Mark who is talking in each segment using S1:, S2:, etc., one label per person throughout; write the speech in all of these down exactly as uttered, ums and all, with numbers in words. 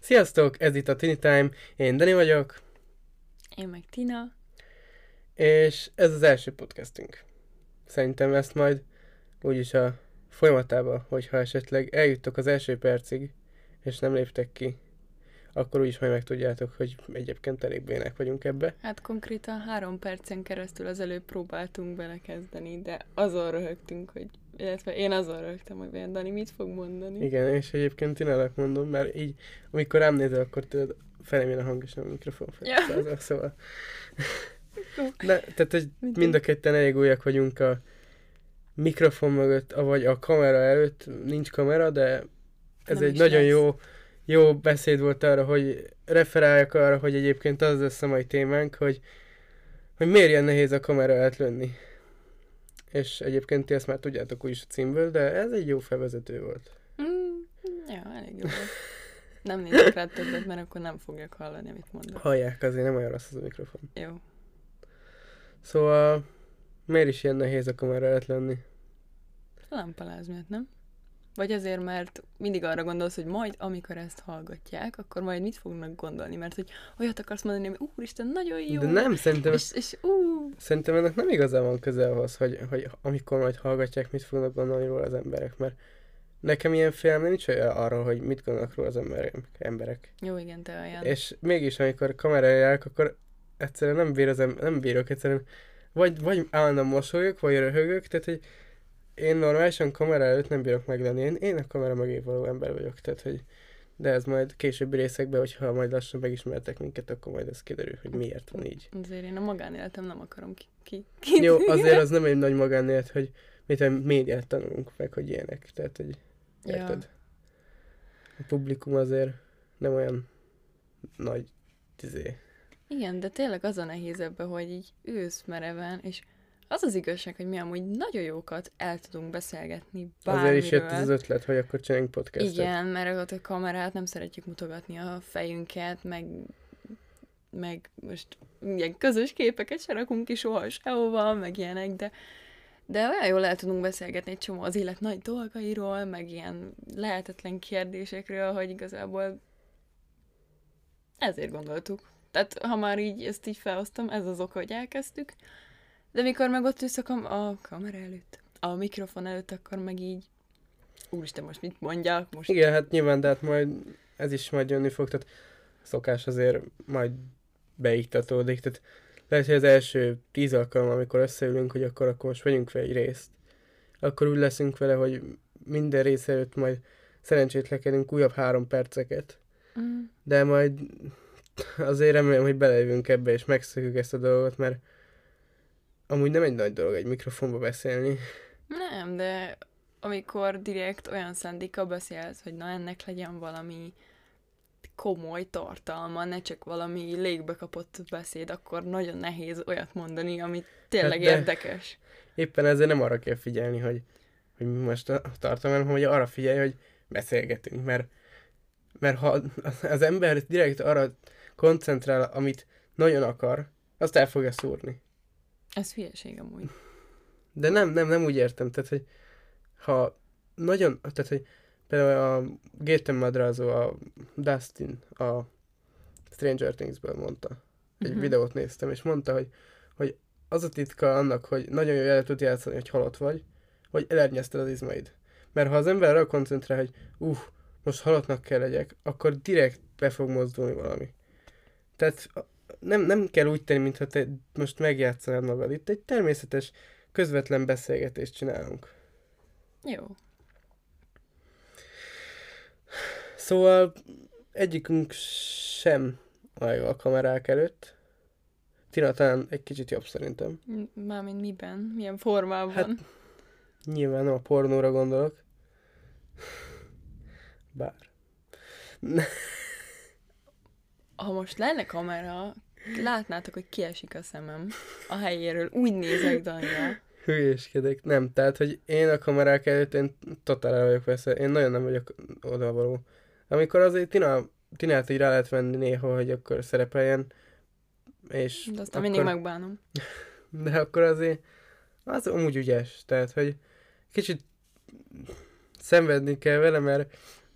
S1: Sziasztok, ez itt a Tini Time, én Dani vagyok,
S2: Én meg Tina.
S1: és ez az első podcastünk. Szerintem ezt majd úgyis a folyamatába, hogyha esetleg eljuttok az első percig, és nem léptek ki, akkor úgyis majd megtudjátok, hogy egyébként elég bének vagyunk ebbe.
S2: Hát konkrétan három percen keresztül az előbb próbáltunk belekezdeni, de azon röhögtünk, hogy, illetve én azon röhögtem, hogy olyan Dani mit fog mondani.
S1: Igen, és egyébként Tinának mondom, mert így, amikor rám nézel, akkor tudod, felém jön a hang, és nem a mikrofon fel.
S2: Ja.
S1: Szóval, szóval. De, tehát, hogy mind a ketten elég újak vagyunk a mikrofon mögött, vagy a kamera előtt, nincs kamera, de ez
S2: Nem
S1: egy
S2: is
S1: nagyon
S2: lesz.
S1: jó, jó beszéd volt arra, hogy referáljak arra, hogy egyébként az lesz a mai témánk, hogy, hogy miért ilyen nehéz a kamera előtt lenni. És egyébként ti ezt már tudjátok úgyis a címből, de ez egy jó felvezető volt.
S2: Mm, ja, elég jó volt. Nem nézek rá többet, mert akkor nem fogják hallani, amit mondok.
S1: Hallják, azért nem olyan rossz az a mikrofon.
S2: Jó.
S1: Szóval miért is ilyen nehéz a kamera előtt lenni?
S2: A lámpaláz miatt, nem? Vagy azért, mert mindig arra gondolsz, hogy majd, amikor ezt hallgatják, akkor majd mit fognak gondolni, mert hogy olyat akarsz mondani, hogy úristen, nagyon jó.
S1: De nem, szerintem,
S2: És, és ú,
S1: szerintem ennek nem igazán van köze ahhoz, hogy, hogy amikor majd hallgatják, mit fognak gondolni róla az emberek, mert nekem ilyen félelem nincs olyan arról, hogy mit gondolnak róla az emberek. emberek.
S2: jó, igen, te olyan.
S1: És mégis, amikor kamerára állok, akkor egyszerűen nem, bír az em- nem bírok, egyszerűen vagy, vagy állandóan mosolyog, vagy röhögök, tehát hogy én normálisan kamera előtt nem bírok meglenni. Én, én a kamera mögé való ember vagyok, tehát hogy de ez majd későbbi részekben, hogyha majd lassan megismertek minket, akkor majd ez kiderül, hogy miért van így.
S2: Azért én a magánéletem nem akarom ki. ki, ki
S1: Jó, azért az nem egy nagy magánélet, hogy mit a médiát tanulunk meg, hogy ilyenek, tehát hogy érted? A publikum azért nem olyan nagy tizé.
S2: Igen, de tényleg az a nehéz ebben, hogy így ülsz mereven, és az az igazság, hogy mi amúgy nagyon jókat el tudunk beszélgetni bármiről.
S1: Azért is jött ez az ötlet, hogy akkor csináljunk podcastet.
S2: Igen, mert ott a kamerát nem szeretjük mutogatni a fejünket, meg, meg most ilyen közös képeket se rakunk ki soha sehova, meg ilyenek, de, de olyan jól el tudunk beszélgetni egy csomó az élet nagy dolgairól, meg ilyen lehetetlen kérdésekről, hogy igazából ezért gondoltuk. Tehát ha már így ezt így felhoztam, ez az oka, hogy elkezdtük, de mikor meg ott ülsz a, kam- a kamera előtt, a mikrofon előtt, akkor meg így úristen, most mit mondjak? Most...
S1: Igen, hát nyilván, de hát majd ez is majd jönni fog, tehát szokás azért majd beiktatódik, tehát lehet, hogy az első tíz alkalom, amikor összeülünk, hogy akkor, akkor most vegyünk fel egy részt, akkor úgy leszünk vele, hogy minden rész előtt majd szerencsétlekedünk újabb három perceket,
S2: Mm.
S1: de majd azért remélem, hogy belejövünk ebbe, és megszökjük ezt a dolgot, mert amúgy nem egy nagy dolog egy mikrofonba beszélni.
S2: Nem, de amikor direkt olyan szándékkal beszélsz, hogy na ennek legyen valami komoly tartalma, ne csak valami légbe kapott beszéd, akkor nagyon nehéz olyat mondani, ami tényleg
S1: Hát de-
S2: érdekes.
S1: Éppen ezért nem arra kell figyelni, hogy, hogy mi most a tartalom, hanem hogy arra figyelj, hogy beszélgetünk, mert, mert ha az ember direkt arra koncentrál, amit nagyon akar, azt el fogja szúrni.
S2: Ez hülyeség amúgy.
S1: De nem, nem, nem úgy értem, tehát, hogy ha nagyon, tehát, hogy például a Gaten Madrazo, a Dustin, a Stranger Things-ből mondta. Egy
S2: Mhm.
S1: videót néztem, és mondta, hogy, hogy az a titka annak, hogy nagyon jól el tud játszani, hogy halott vagy, hogy elernyezted az izmaid. Mert ha az ember arra koncentrál, hogy uh, most halottnak kell legyek, akkor direkt be fog mozdulni valami. Tehát nem, nem kell úgy tenni, mintha te most megjátszanád magad. Itt egy természetes, közvetlen beszélgetést csinálunk.
S2: Jó.
S1: Szóval egyikünk sem olyan jó a kamerák előtt. Tina talán egy kicsit jobb szerintem.
S2: M- Mármint miben? Milyen formában?
S1: Hát- Nyilván nem a pornóra gondolok. Bár.
S2: Ha most lenne kamera, látnátok, hogy kiesik a szemem a helyéről. Úgy nézek Daniel.
S1: Hülyéskedek. Nem, tehát, hogy én a kamerák előtt én totál el vagyok veszve. Én nagyon nem vagyok odavaló. Amikor azért Tina, Tinát így rá lehet venni néha, hogy akkor szerepeljen, és
S2: De aztán
S1: akkor,
S2: mindig megbánom.
S1: de akkor azért az amúgy ügyes. Tehát, hogy kicsit szenvedni kell vele, mert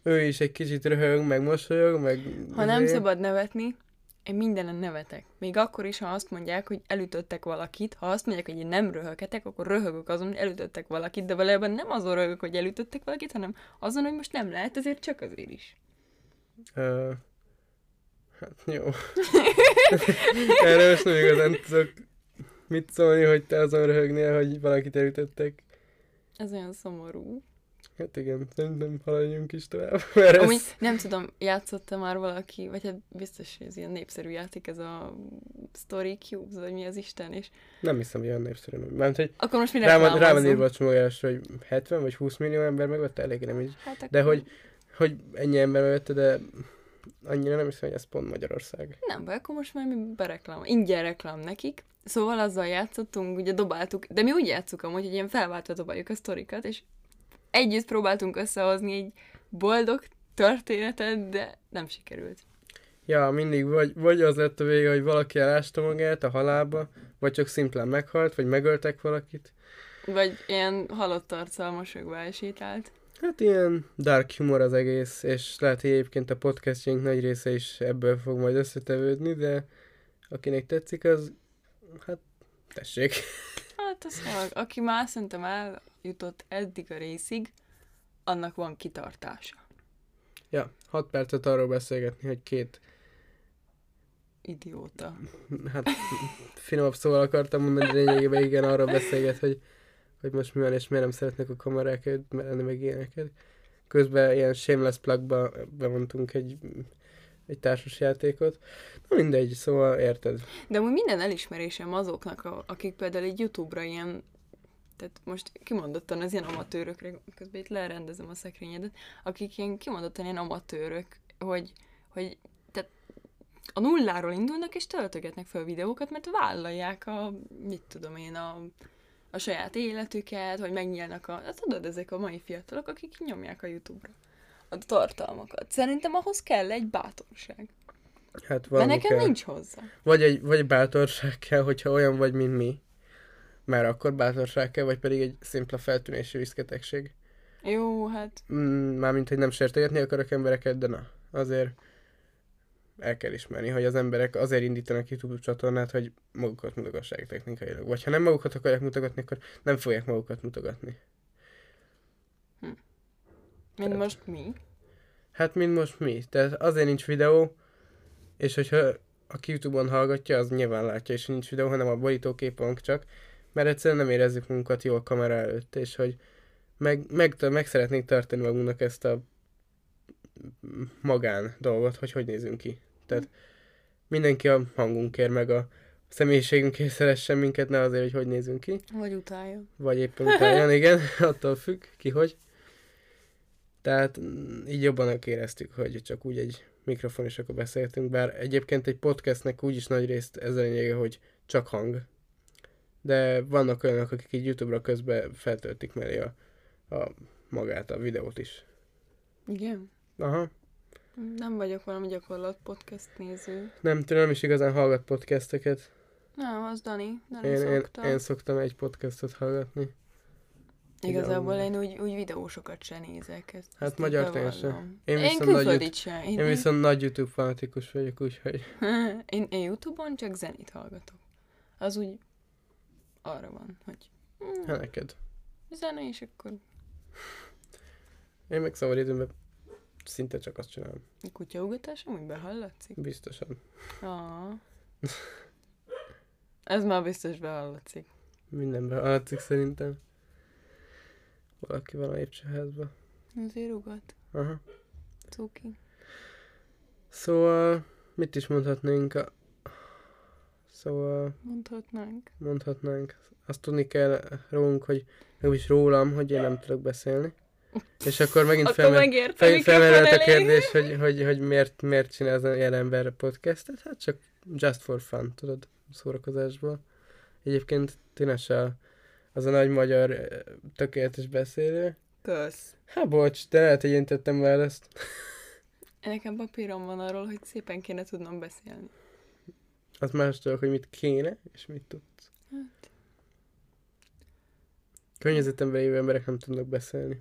S1: ő is egy kicsit röhög, meg mosolyog, meg...
S2: Ha nem
S1: izé.
S2: szabad nevetni, én mindenen nevetek. Még akkor is, ha azt mondják, hogy elütöttek valakit, ha azt mondják, hogy én nem röhöghetek, akkor röhögök azon, hogy elütöttek valakit, de valójában nem azon röhögök, hogy elütöttek valakit, hanem azon, hogy most nem lehet, ezért csak azért is.
S1: Uh, hát jó. Erre most nem igazán tudok mit szólni, hogy te azon röhögnél, hogy valakit elütöttek.
S2: Ez olyan szomorú.
S1: Hát igen, szerintem haladjunk is tovább. Mert
S2: Amúgy
S1: ez...
S2: nem tudom, játszotta már valaki, vagy hát biztos, hogy ez ilyen népszerű játék, ez a Story Cubes, vagy mi az Isten, és
S1: Nem hiszem, hogy olyan népszerű. Mert hogy
S2: akkor most mi
S1: rá van, rá van
S2: reklámozzunk?
S1: írva a csomagolásra, hogy hetven vagy húsz millió ember megvette, elég nem így.
S2: Hát akkor...
S1: De hogy, hogy ennyi ember megvette, de annyira nem hiszem, hogy ez pont Magyarország.
S2: Nem baj, akkor most már mi bereklám. Ingyen reklám nekik. Szóval azzal játszottunk, ugye dobáltuk, de mi úgy játszunk amúgy, hogy ilyen felváltva dobáljuk a sztorikat, és együtt próbáltunk összehozni egy boldog történetet, de nem sikerült.
S1: Ja, mindig vagy, vagy az lett a vége, hogy valaki elásta magát a halálba, vagy csak szimplán meghalt, vagy megöltek valakit.
S2: Vagy ilyen halott arccal mosolyogva elsétált.
S1: Hát ilyen dark humor az egész, és lehet, hogy egyébként a podcastjaink nagy része is ebből fog majd összetevődni, de akinek tetszik, az hát tessék.
S2: Hát az hallg. Aki már szerintem eljutott eddig a részig, annak van kitartása.
S1: Ja, hat percet arról beszélgetni, hogy két,
S2: Idióta.
S1: hát finomabb szóval akartam mondani, de lényegében igen, arról beszélget, hogy, hogy most mi van, és miért nem szeretnek a kamerák előtt menni, meg ilyeneket. Közben ilyen shameless plugba bemondtunk egy, egy társas játékot. Na mindegy, szóval érted.
S2: De úgy minden elismerésem azoknak, a, akik például egy YouTube-ra ilyen, tehát most kimondottan az ilyen amatőrökre, közben itt lerendezem a szekrényedet, akik ilyen kimondottan ilyen amatőrök, hogy, hogy tehát a nulláról indulnak és töltögetnek fel videókat, mert vállalják a, mit tudom én, a, a saját életüket, vagy megnyílnak a, hát tudod, ezek a mai fiatalok, akik nyomják a YouTube-ra a tartalmakat. Szerintem ahhoz kell egy bátorság.
S1: Hát
S2: Mert
S1: valami
S2: nekem
S1: kell.
S2: nincs hozzá.
S1: Vagy egy vagy bátorság kell, hogyha olyan vagy, mint mi. Mert akkor bátorság kell, vagy pedig egy szimpla feltűnési viszketegség.
S2: Jó, hát
S1: Mm, mármint, hogy nem sértegetni akarok embereket, de na, azért el kell ismerni, hogy az emberek azért indítanak YouTube csatornát, hogy magukat mutogassák technikailag. Vagy ha nem magukat akarják mutogatni, akkor nem fogják magukat mutogatni.
S2: mint
S1: Tehát-
S2: most mi.
S1: Hát, mint most mi. Tehát azért nincs videó, és hogyha aki YouTube-on hallgatja, az nyilván látja, és nincs videó, hanem a borítóképünk csak, mert egyszerűen nem érezzük magunkat jól kamera előtt, és hogy meg, meg, meg szeretnénk tartani magunknak ezt a magán dolgot, hogy hogy nézünk ki. Tehát mindenki a hangunkért, meg a személyiségünkért szeressen minket, ne azért, hogy hogy nézünk ki.
S2: Vagy utálja.
S1: Vagy éppen utáljan, igen, attól függ, ki hogy. Tehát mm, így jobban éreztük, hogy csak úgy egy mikrofon is akkor beszéltünk, bár egyébként egy podcastnek úgyis nagy részt ez a lényege, hogy csak hang. De vannak olyanok, akik így YouTube-ra közben feltöltik mellé a, a magát, a videót is.
S2: Igen.
S1: Aha.
S2: Nem vagyok valami gyakorlat podcast néző.
S1: Nem tudom, nem is igazán hallgat podcasteket.
S2: Nem, az Dani. Dani
S1: Én, én,
S2: szokta.
S1: én szoktam egy podcastot hallgatni.
S2: Igazából
S1: Igen.
S2: én úgy, úgy videósokat se nézek. Ezt,
S1: Hát
S2: ezt
S1: magyar
S2: így
S1: tényleg sem.
S2: bevallom.
S1: Én
S2: Én,
S1: viszont
S2: én
S1: nagy
S2: külföldit se. Én,
S1: Én viszont nagy YouTube fanatikus vagyok, úgyhogy...
S2: én, én Youtube-on csak zenét hallgatok. Az úgy arra van, hogy
S1: Ha neked.
S2: zene, és akkor
S1: Én meg szabad időmben szinte csak azt csinálom.
S2: kutyaugatás amúgy behallatszik.
S1: Biztosan.
S2: Ah. Ez már biztos behallatszik.
S1: Mindenben hallatszik szerintem. Valaki van a lépcsőházba.
S2: Azért ugat.
S1: Aha.
S2: Cuki.
S1: Szóval, mit is mondhatnénk? A... Szóval,
S2: Mondhatnánk.
S1: mondhatnánk. Azt tudni kell rólunk, hogy legalábbis rólam, hogy én nem tudok beszélni. És akkor megint
S2: Akkor
S1: felmer,
S2: megérte
S1: fel,
S2: mikrofon
S1: felmerült a
S2: elé.
S1: kérdés, hogy, hogy, hogy miért, miért csinál az ilyen ember podcastet. Hát csak just for fun, tudod, szórakozásból. Egyébként Tines a, az a nagy magyar eh, tökéletes beszélő.
S2: Kösz.
S1: Hát bocs, de lehet, hogy én tettem választ.
S2: Nekem papírom van arról, hogy szépen kéne tudnom beszélni.
S1: Az más dolog, hogy mit kéne, és mit tudsz.
S2: Hát.
S1: Környezetemben lévő emberek nem tudnak beszélni.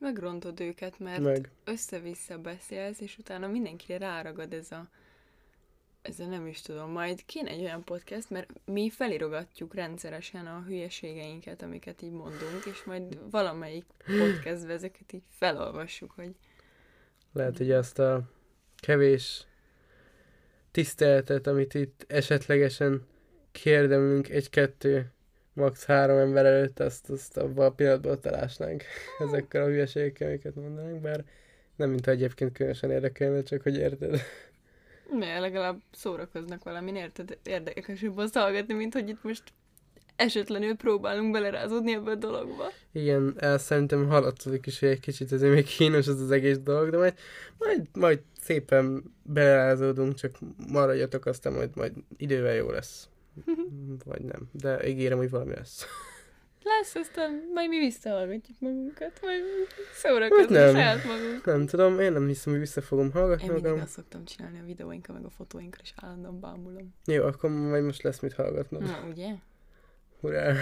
S2: megrontod őket, mert
S1: Meg.
S2: össze-vissza beszélsz, és utána mindenkire ráragad ez a ez a nem is tudom, majd kéne egy olyan podcast, mert mi felirogatjuk rendszeresen a hülyeségeinket, amiket így mondunk, és majd valamelyik podcastbe ezeket így felolvassuk, hogy...
S1: Lehet, hogy azt a kevés tiszteletet, amit itt esetlegesen kérdemünk egy-kettő, max. három ember előtt, azt, azt abban a pillanatban találnánk ezekkel a hülyeségekkel, amiket mondanánk, bár nem mint egyébként különösen érdekelne, csak hogy érted.
S2: Mert legalább szórakoznak valamin, érted? Érdekesebb azt hallgatni, mint hogy itt most esetlenül próbálunk belerázódni ebbe a dologba.
S1: Igen, el szerintem haladszódik is, hogy egy kicsit azért még kínos az az egész dolog, de majd, majd, majd szépen belerázódunk, csak maradjatok, aztán majd, majd idővel jó lesz. Vagy nem, de ígérem, hogy valami lesz.
S2: Lesz, aztán majd mi visszahallgatjuk magunkat, majd szórakozni saját magunk.
S1: Nem tudom, én nem hiszem, hogy vissza fogom hallgatni
S2: Én mindig
S1: magam.
S2: azt szoktam csinálni a videóinkkal, meg a fotóinkkal, és állandóan bámulom.
S1: Jó, akkor majd most lesz mit hallgatnod.
S2: Na, ugye?
S1: Hurrá!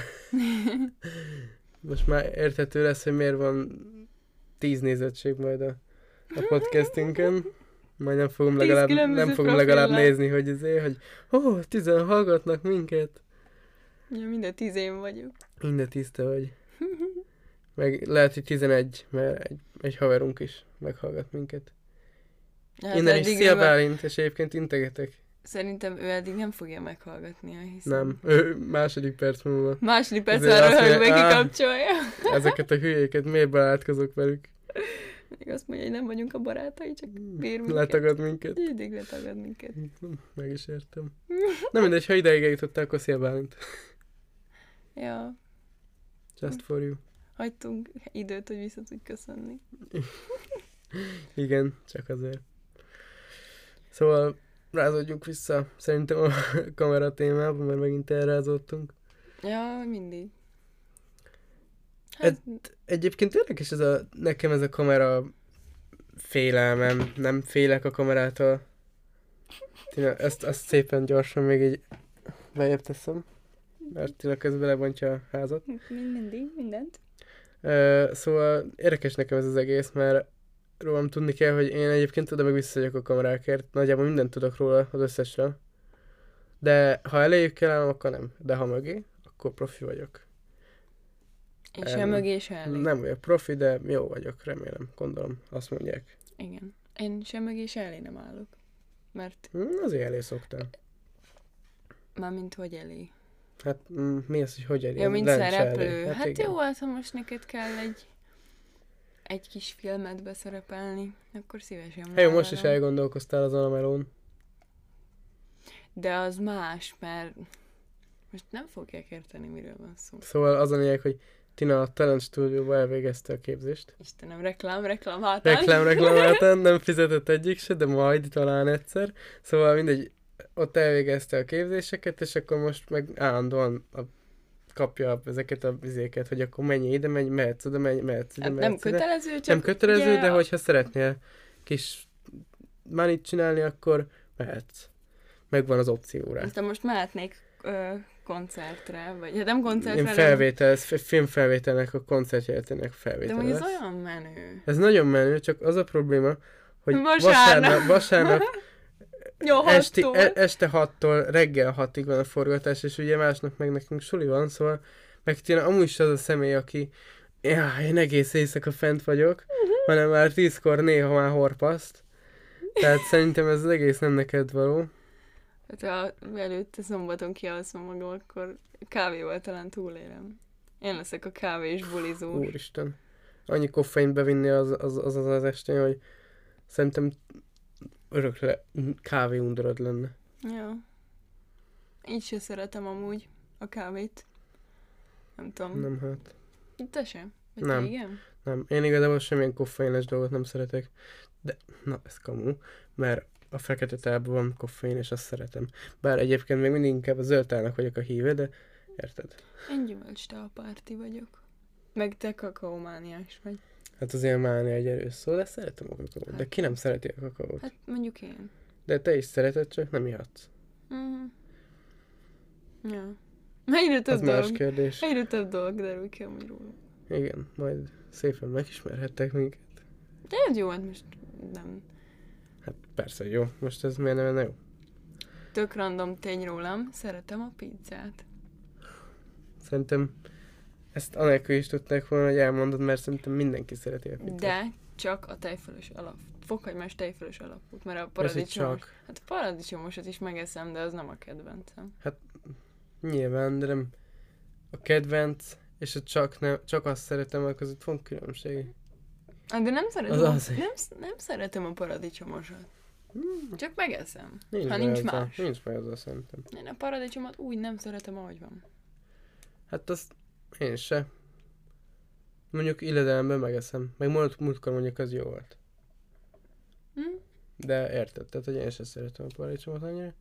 S1: Most már érthető lesz, hogy miért van tíz nézettség majd a, a podcastünkön. Majd nem fogom legalább, nem fogom legalább nézni, hogy azért, hogy ó, oh, tizen hallgatnak minket.
S2: Ja, minden tíz én vagyok.
S1: Minden tiszta vagy. Meg lehet, hogy tizenegy, mert egy, egy haverunk is meghallgat minket.
S2: Hát
S1: Innen is szia
S2: ő-
S1: Bálint, és egyébként integetek.
S2: Szerintem ő eddig nem fogja meghallgatni, hiszem.
S1: Nem, ő második perc múlva.
S2: Második perc
S1: Ezért
S2: arra,
S1: azt
S2: hogy
S1: mondja, "Á."
S2: megkikapcsolja.
S1: Ezeket a hülyéket miért barátkozok velük?
S2: Még azt mondja, hogy nem vagyunk a barátai, csak bír minket.
S1: Letagad minket.
S2: Mindig letagad minket.
S1: Meg is értem. Nem mindegy, ha ideig eljutottál, akkor szia Bálint.
S2: Ja,
S1: Just for you.
S2: hagytunk időt, hogy vissza tudj köszönni.
S1: Igen, csak azért. Szóval rázódjunk vissza szerintem a kamera témában, mert megint elrázódtunk.
S2: Ja, mindig.
S1: Hát, egyébként érdekes ez a, nekem ez a kamera félelmem. Nem félek a kamerától. Tina, ezt, ezt szépen gyorsan még így bejebb teszem, mert Tina közben lebontja a házat.
S2: Mindig, mindent.
S1: Uh, szóval érdekes nekem ez az egész, mert rólam tudni kell, hogy én egyébként oda meg vissza vagyok a kamerákért. Nagyjából mindent tudok róla, az összesről. De ha eléjük kell állnom, akkor nem. De ha mögé, akkor profi vagyok.
S2: És
S1: Em,
S2: sem mögé, se elé.
S1: Nem vagyok profi, de jó vagyok, remélem, gondolom, azt mondják.
S2: Igen. Én sem mögé, se elé nem állok. Mert
S1: Hm, azért elé szoktál.
S2: mármint hogy elé.
S1: Hát mm, mi az, hogy hogy elé?
S2: Ja, mint
S1: Lencse
S2: szereplő.
S1: elé.
S2: Hát, hát
S1: igen.
S2: jó, hát ha most neked kell egy egy kis filmet beszerepelni, akkor szívesen
S1: Hát jó, most is
S2: vállalom.
S1: elgondolkoztál azon a melón.
S2: De az más, mert most nem fogják érteni, miről van szó.
S1: Szóval az a lényeg, hogy Tina a Talent Studio-ba elvégezte a képzést.
S2: Istenem, reklám, reklám hátán.
S1: Reklám, reklám hátán, nem fizetett egyik se, de majd talán egyszer. Szóval mindegy, ott elvégezte a képzéseket, és akkor most meg állandóan a, kapja ezeket a vizéket, hogy akkor menj ide, menj, mehetsz oda, menj, mehetsz ide,
S2: Hát nem
S1: mehetsz ide.
S2: kötelező, csak
S1: Nem kötelező,
S2: ugye
S1: de
S2: a-
S1: hogyha szeretnél kis money csinálni, akkor mehetsz. Megvan az opció rá.
S2: Aztán most mehetnék ö, koncertre, vagy hát nem koncertre,
S1: Én
S2: hanem-
S1: felvétel, ez f- filmfelvételnek a koncertjeletének
S2: de
S1: felvétel
S2: hogy ez
S1: lesz.
S2: olyan menő.
S1: Ez nagyon menő, csak az a probléma, hogy
S2: Vasárnap.
S1: vasárnap, vasárnap
S2: Jó,
S1: esti,
S2: hattól.
S1: e, este hattól reggel hatig van a forgatás, és ugye másnap meg nekünk suli van, szóval meg Tina amúgy is az a személy, aki já, én egész éjszaka fent vagyok, hanem már tízkor néha már horpaszt. Tehát szerintem ez az egész nem neked való.
S2: Hát ha előtte szombaton kialszom magam, akkor kávéval talán túlélem. Én leszek a kávés bulizó.
S1: Úristen. Annyi koffeint bevinni az az, az, az, az estén, hogy szerintem örökre kávé undorod lenne.
S2: Ja. Így se szeretem amúgy a kávét. Nem tudom.
S1: Nem hát.
S2: Te sem? Vagy
S1: Nem.
S2: te igen?
S1: Nem. Én igazából semmilyen koffeines dolgot nem szeretek. De, na, ez kamu. Mert a fekete tában van koffein, és azt szeretem. Bár egyébként még mindig inkább a zöld tának vagyok a híve, de érted?
S2: Én gyümölcstálpárti vagyok. Meg te kakaómániás vagy.
S1: Hát az ilyen mánia egy erős szó, de szeretem a kakaót. De ki nem szereti a kakaót?
S2: Hát mondjuk én.
S1: De te is szereted, csak nem ihatsz.
S2: Mm. Ja. Egyre
S1: Az
S2: több
S1: más
S2: dolog.
S1: kérdés.
S2: Egyre több dolog derül ki amúgy róla.
S1: Igen, majd szépen megismerhettek minket.
S2: De ez jó, hát most nem.
S1: Hát persze, jó. Most ez miért nem lenne jó?
S2: Tök random tény rólam, szeretem a pizzát.
S1: Szerintem ezt anélkül is tudták volna, hogy elmondod, mert szerintem mindenki szereti a pizzát.
S2: De csak a tejfölös alap. Fokhagymás tejfölös alapút, mert a
S1: Ez így
S2: paradicsomos...
S1: csak.
S2: Hát a paradicsomosat is megeszem, de az nem a kedvencem.
S1: Nyilván, de nem a kedvenc és a csak, nem, csak azt szeretem, akkor között van különbség.
S2: Hát de nem szeretem,
S1: Az
S2: a,
S1: azért.
S2: nem, nem szeretem a paradicsomosat. Csak megeszem.
S1: Nincs
S2: Ha
S1: baj
S2: nincs
S1: azzal,
S2: más.
S1: Nincs baj azzal szerintem.
S2: Én a paradicsomot úgy nem szeretem, ahogy van.
S1: Hát azt én se. Mondjuk illedelemben megeszem. Meg múlt, múltkor mondjuk az jó volt.
S2: Hm?
S1: De érted, tehát hogy én sem szeretem a paradicsomot annyira.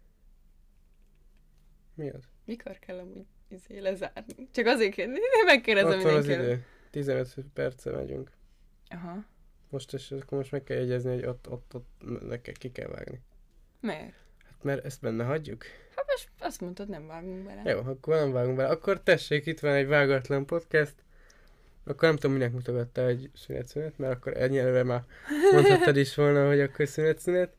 S1: Mi az?
S2: Mikor kell amúgy izé lezárni? Csak azért kérdezni, megkérdezem
S1: Ott van az
S2: mindenkit.
S1: idő. tizenöt perce megyünk.
S2: Aha.
S1: Most, és akkor most meg kell jegyezni, hogy ott, ott, ott neked ki kell vágni.
S2: Miért?
S1: Hát mert ezt benne hagyjuk.
S2: Hát most azt mondtad, nem vágunk bele.
S1: Jó, akkor nem vágunk bele. Akkor tessék, itt van egy vágatlan podcast. Akkor nem tudom, minek mutogattál, hogy szünet-szünet, mert akkor ennyire már mondhattad is volna, hogy akkor szünet-szünet.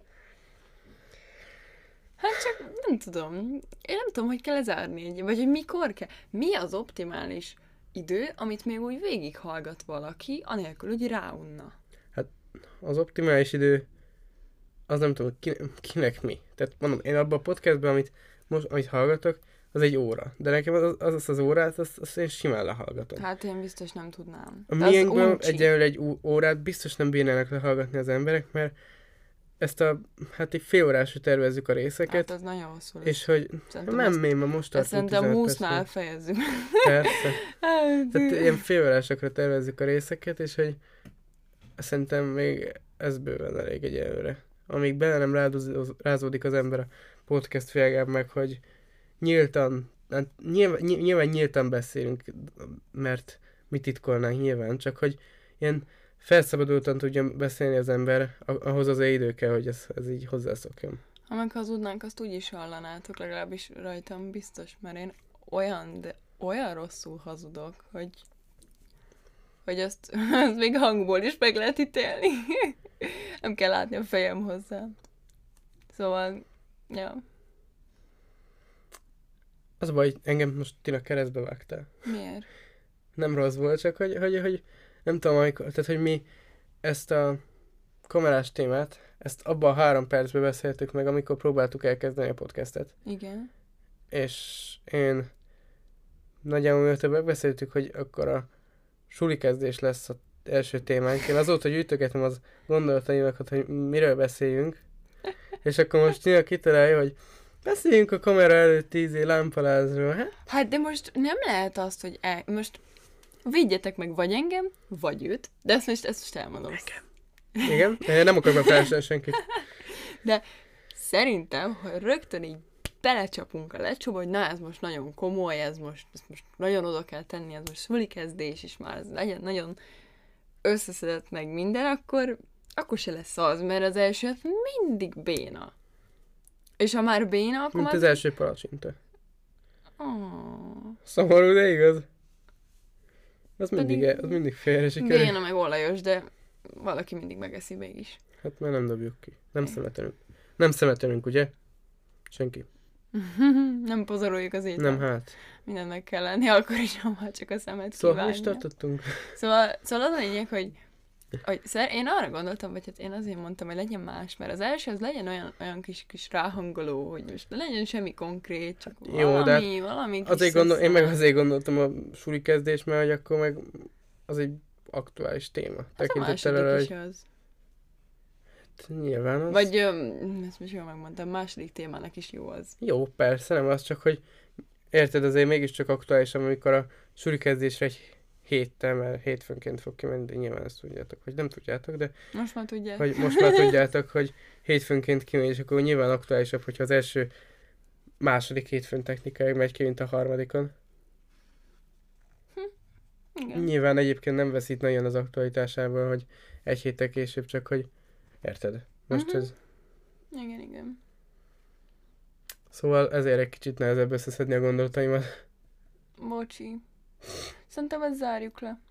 S2: Hát csak nem tudom. Én nem tudom, hogy kell lezárni egy, vagy hogy mikor kell. Mi az optimális idő, amit még úgy végighallgat valaki, anélkül, hogy ráunna.
S1: Az optimális idő, az nem tudom, kinek, kinek mi. Tehát mondom, én abban a podcastban, amit most, amit hallgatok, az egy óra. De nekem az az, az, az órát, azt, azt én simán lehallgatom.
S2: Hát én biztos nem tudnám.
S1: A
S2: De az
S1: miénkben
S2: uncsi.
S1: egyelőre egy ó- órát biztos nem bírnának lehallgatni az emberek, mert ezt a, hát egy fél órásra tervezzük a részeket,
S2: Hát az nagyon hosszú lesz.
S1: és hogy
S2: Szerintem
S1: nem,
S2: ezt-
S1: én ma most
S2: Ezt
S1: tartunk
S2: szerintem
S1: tizenöt
S2: húsznál
S1: percnél.
S2: fejezzük.
S1: Persze.
S2: Hát,
S1: Tehát ilyen fél órásokra tervezzük a részeket, és hogy szerintem még ez bőven elég egyelőre. Amíg bele nem rádoz- rázódik az ember a podcast félgebb meg, hogy nyíltan, hát nyilván, ny- nyilván nyíltan beszélünk, mert mit titkolnánk nyilván, csak hogy ilyen felszabadultan tudjon beszélni az ember, ah- ahhoz az idő kell, hogy ez, ez így hozzászokjon.
S2: ha meghazudnánk, azt úgy is hallanátok, legalábbis rajtam biztos, mert én olyan, de olyan rosszul hazudok, hogy hogy azt, azt még hangból is meg lehet ítélni. Nem kell látni a fejem hozzá. Szóval, ja,
S1: Az a baj, hogy engem most Tina keresztbe vágtál.
S2: miért?
S1: Nem rossz volt, csak hogy, hogy, hogy nem tudom, amikor, tehát hogy mi ezt a kamerás témát, ezt abban a három percben beszéltük meg, amikor próbáltuk elkezdeni a podcastet.
S2: Igen.
S1: És én nagyjából mióta megbeszéltük, hogy akkor a suli kezdés lesz az első témánk. Én azóta gyűjtögetem az gondolataimat, hogy miről beszéljünk. És akkor most Tina kitalálja, hogy beszéljünk a kamera előtt tíz lámpalázról. Hát,
S2: Hát de most nem lehet azt, hogy el, most védjetek meg vagy engem, vagy őt, de ezt most, ezt most elmondom.
S1: igen, én nem akarok befelelni senkit.
S2: Szerintem, ha rögtön így belecsapunk a lecsóba, hogy na ez most nagyon komoly, ez most, ezt most nagyon oda kell tenni, ez most szuli kezdés, és már ez legyen nagyon összeszedett meg minden, akkor, akkor se lesz az, mert az első hát mindig béna. És ha már béna, akkor
S1: Mint
S2: már...
S1: az első palacsinta.
S2: Oh,
S1: Szomorú, de igaz. Az
S2: Pedig
S1: mindig, az mindig félre sikerül.
S2: béna meg olajos, de valaki mindig megeszi mégis.
S1: Hát már nem dobjuk ki. Nem szemetelünk. Nem szemetelünk, ugye? Senki.
S2: Nem pozoroljuk az ételt.
S1: Nem, hát.
S2: Mindent meg kell lenni, akkor is, ha már csak a szemet
S1: Szóval hol is
S2: kívánja.
S1: tartottunk?
S2: Szóval, szóval az a lényeg, hogy, hogy szer, én arra gondoltam, vagy hát én azért mondtam, hogy legyen más, mert az első az legyen olyan, olyan kis, kis ráhangoló, hogy most ne legyen semmi konkrét, csak
S1: Jó,
S2: valami,
S1: de
S2: valami kis
S1: Azért gondol, én meg
S2: szeszál.
S1: azért gondoltam a suli kezdés, mert hogy akkor meg az egy aktuális téma.
S2: Az a
S1: Tekintettel
S2: második
S1: arra,
S2: is
S1: hogy
S2: az.
S1: nyilván az...
S2: Vagy, öm, ezt most jól megmondtam, második témának is jó az.
S1: Jó, persze, nem az, csak hogy érted, azért mégiscsak aktuális, amikor a suli kezdésre egy héttel, mert hétfőnként fog kimenni, de nyilván ezt tudjátok, vagy nem tudjátok, de
S2: Most már tudják.
S1: hogy most már tudjátok, hogy hétfőnként kimegy, és akkor nyilván aktuálisabb, hogyha az első második hétfőn technikáig megy ki, mint a harmadikon.
S2: Igen.
S1: Nyilván egyébként nem veszít nagyon az aktualitásával, hogy egy héttel később, csak hogy érted. Most
S2: Mhm.
S1: ez...
S2: Igen, igen.
S1: Szóval ezért egy kicsit nehezebb összeszedni a gondolataimat.
S2: Bocsi. Szerintem ezt zárjuk le.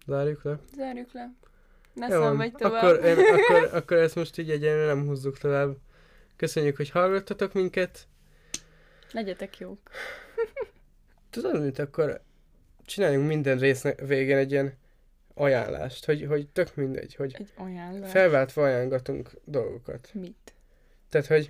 S1: Zárjuk le.
S2: Zárjuk le. Ne
S1: Jó,
S2: szenvedj tovább.
S1: akkor, én, akkor, akkor ezt most így egyenlően nem húzzuk tovább. Köszönjük, hogy hallgattatok minket.
S2: Legyetek jók.
S1: Tudod, mint akkor csináljunk minden rész végén egy ilyen ajánlást, hogy, hogy tök mindegy, hogy
S2: Egy ajánlás.
S1: felváltva ajánlgatunk dolgokat.
S2: Mit?
S1: Tehát, hogy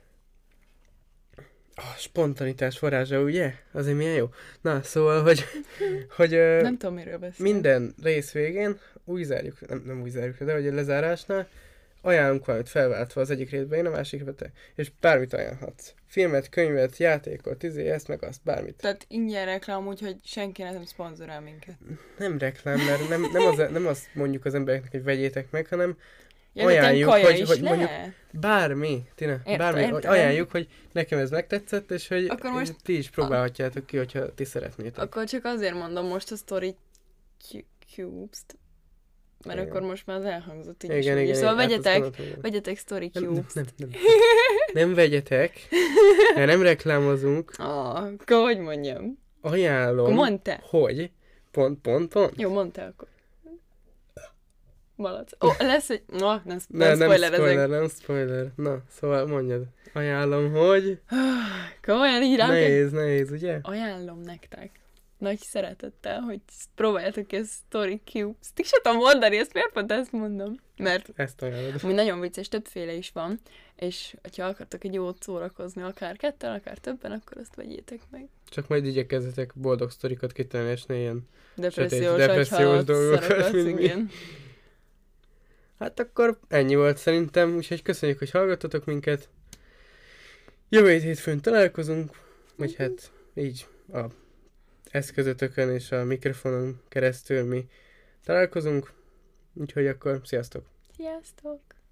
S1: a spontanitás varázsa, ugye? Azért milyen jó. Na, szóval, hogy, hogy ö,
S2: Nem tudom, miről beszél.
S1: minden rész végén úgy zárjuk, nem, nem úgy zárjuk, de hogy a lezárásnál ajánlunk valamit felváltva az egyik részben, én a másikra te. És bármit ajánlhatsz. Filmet, könyvet, játékot, izé, ezt meg azt, bármit.
S2: Tehát ingyen reklám, úgyhogy senki nem szponzorál minket.
S1: Nem reklám, mert nem, nem, az, nem azt mondjuk az embereknek, hogy vegyétek meg, hanem
S2: Ja,
S1: ajánljuk,
S2: kaja
S1: hogy,
S2: is
S1: hogy
S2: lehet?
S1: mondjuk bármi, Tina,
S2: Értem,
S1: bármi, hogy
S2: értem.
S1: ajánljuk, hogy nekem ez megtetszett, és hogy
S2: Akkor most-
S1: ti is próbálhatjátok ki, hogyha ti szeretnétek.
S2: Akkor csak azért mondom most a Story Cu- Cubes-t, mert
S1: Igen.
S2: akkor most már az elhangzott így
S1: Igen,
S2: is. úgy
S1: igen,
S2: is. Szóval
S1: igen, hát
S2: vegyetek,
S1: azt gondoltam,
S2: vegyetek Story
S1: nem, nem,
S2: Cubes-t.
S1: nem, nem, nem vegyetek, mert nem reklámozunk,
S2: Ah, akkor hogy mondjam?
S1: ajánlom,
S2: Akkor mondd te.
S1: hogy pont, pont, pont.
S2: Jó, mondd te akkor. Malac. Ó, oh, lesz egy... No, nem, nem,
S1: Ne, nem
S2: spoiler
S1: spoiler,
S2: ezek.
S1: nem spoiler. Na, szóval mondjad. Ajánlom, hogy...
S2: Komolyan így rám kell-
S1: Nehéz, nehéz, ugye?
S2: Ajánlom nektek. Nagy szeretettel, hogy próbáljátok ki a Story Cubes. Ti se tudom mondani, ezt miért pont ezt mondom? Mert
S1: Ezt ajánlod.
S2: ami nagyon vicces, többféle is van, és ha akartok egy jót szórakozni, akár ketten, akár többen, akkor azt vegyétek meg.
S1: Csak majd igyekezzetek boldog sztorikat kitalálni, és ne ilyen...
S2: Depressziós,
S1: depressziós dolgokat,
S2: szarakat,
S1: mint mi.
S2: igen.
S1: Hát akkor ennyi volt szerintem, úgyhogy köszönjük, hogy hallgattatok minket. Jövő hét hétfőn találkozunk, vagy hát így a eszközötökön és a mikrofonon keresztül mi találkozunk. Úgyhogy akkor sziasztok!
S2: Sziasztok!